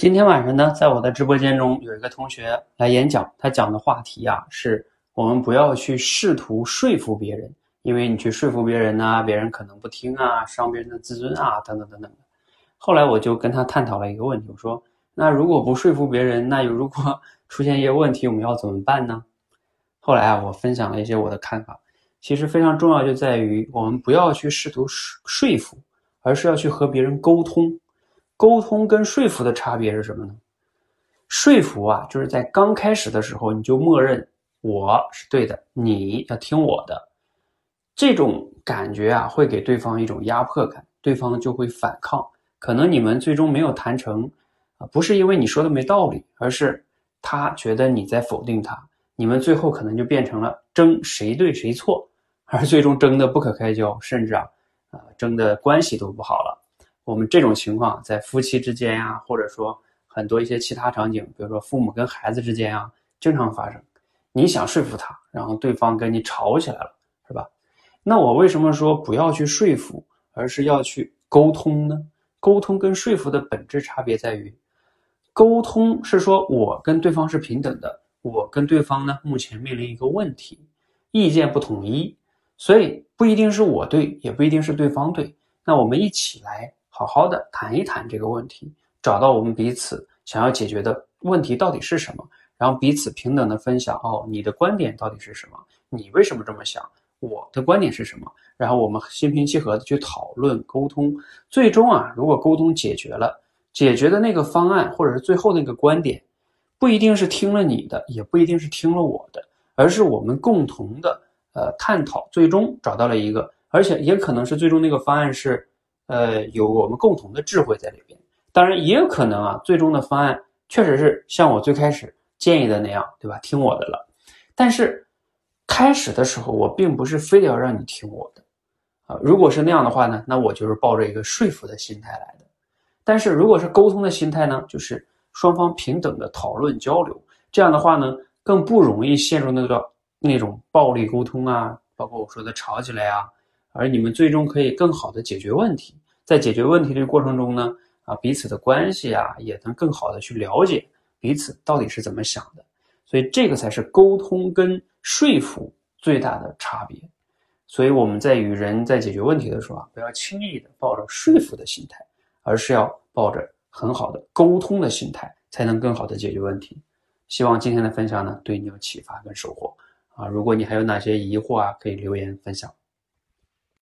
今天晚上呢，在我的直播间中有一个同学来演讲，他讲的话题是我们不要去试图说服别人，因为你去说服别人呢，别人可能不听伤别人的自尊等等等等。后来我就跟他探讨了一个问题，我说那如果不说服别人，那如果出现一些问题，我们要怎么办呢？后来我分享了一些我的看法，其实非常重要就在于我们不要去试图说服，而是要去和别人沟通。沟通跟说服的差别是什么呢？说服就是在刚开始的时候你就默认我是对的，你要听我的，这种感觉会给对方一种压迫感，对方就会反抗，可能你们最终没有谈成，不是因为你说的没道理，而是他觉得你在否定他，你们最后可能就变成了争谁对谁错，而最终争得不可开交，甚至争的关系都不好了。我们这种情况在夫妻之间或者说很多一些其他场景，比如说父母跟孩子之间经常发生。你想说服他，然后对方跟你吵起来了，是吧？那我为什么说不要去说服，而是要去沟通呢？沟通跟说服的本质差别在于，沟通是说我跟对方是平等的，我跟对方呢目前面临一个问题，意见不统一，所以不一定是我对，也不一定是对方对，那我们一起来好好的谈一谈这个问题，找到我们彼此想要解决的问题到底是什么，然后彼此平等的分享你的观点到底是什么，你为什么这么想，我的观点是什么，然后我们心平气和的去讨论沟通，最终如果沟通解决了，解决的那个方案或者是最后那个观点不一定是听了你的，也不一定是听了我的，而是我们共同的探讨，最终找到了一个，而且也可能是最终那个方案是有我们共同的智慧在里边。当然也有可能最终的方案确实是像我最开始建议的那样，对吧？听我的了。但是开始的时候我并不是非得要让你听我的如果是那样的话呢，那我就是抱着一个说服的心态来的。但是如果是沟通的心态呢，就是双方平等的讨论交流，这样的话呢，更不容易陷入那种暴力沟通包括我说的吵起来而你们最终可以更好的解决问题。在解决问题的过程中呢，彼此的关系也能更好的去了解彼此到底是怎么想的。所以这个才是沟通跟说服最大的差别。所以我们在与人在解决问题的时候不要轻易的抱着说服的心态，而是要抱着很好的沟通的心态，才能更好的解决问题。希望今天的分享呢，对你有启发跟收获如果你还有哪些疑惑可以留言分享。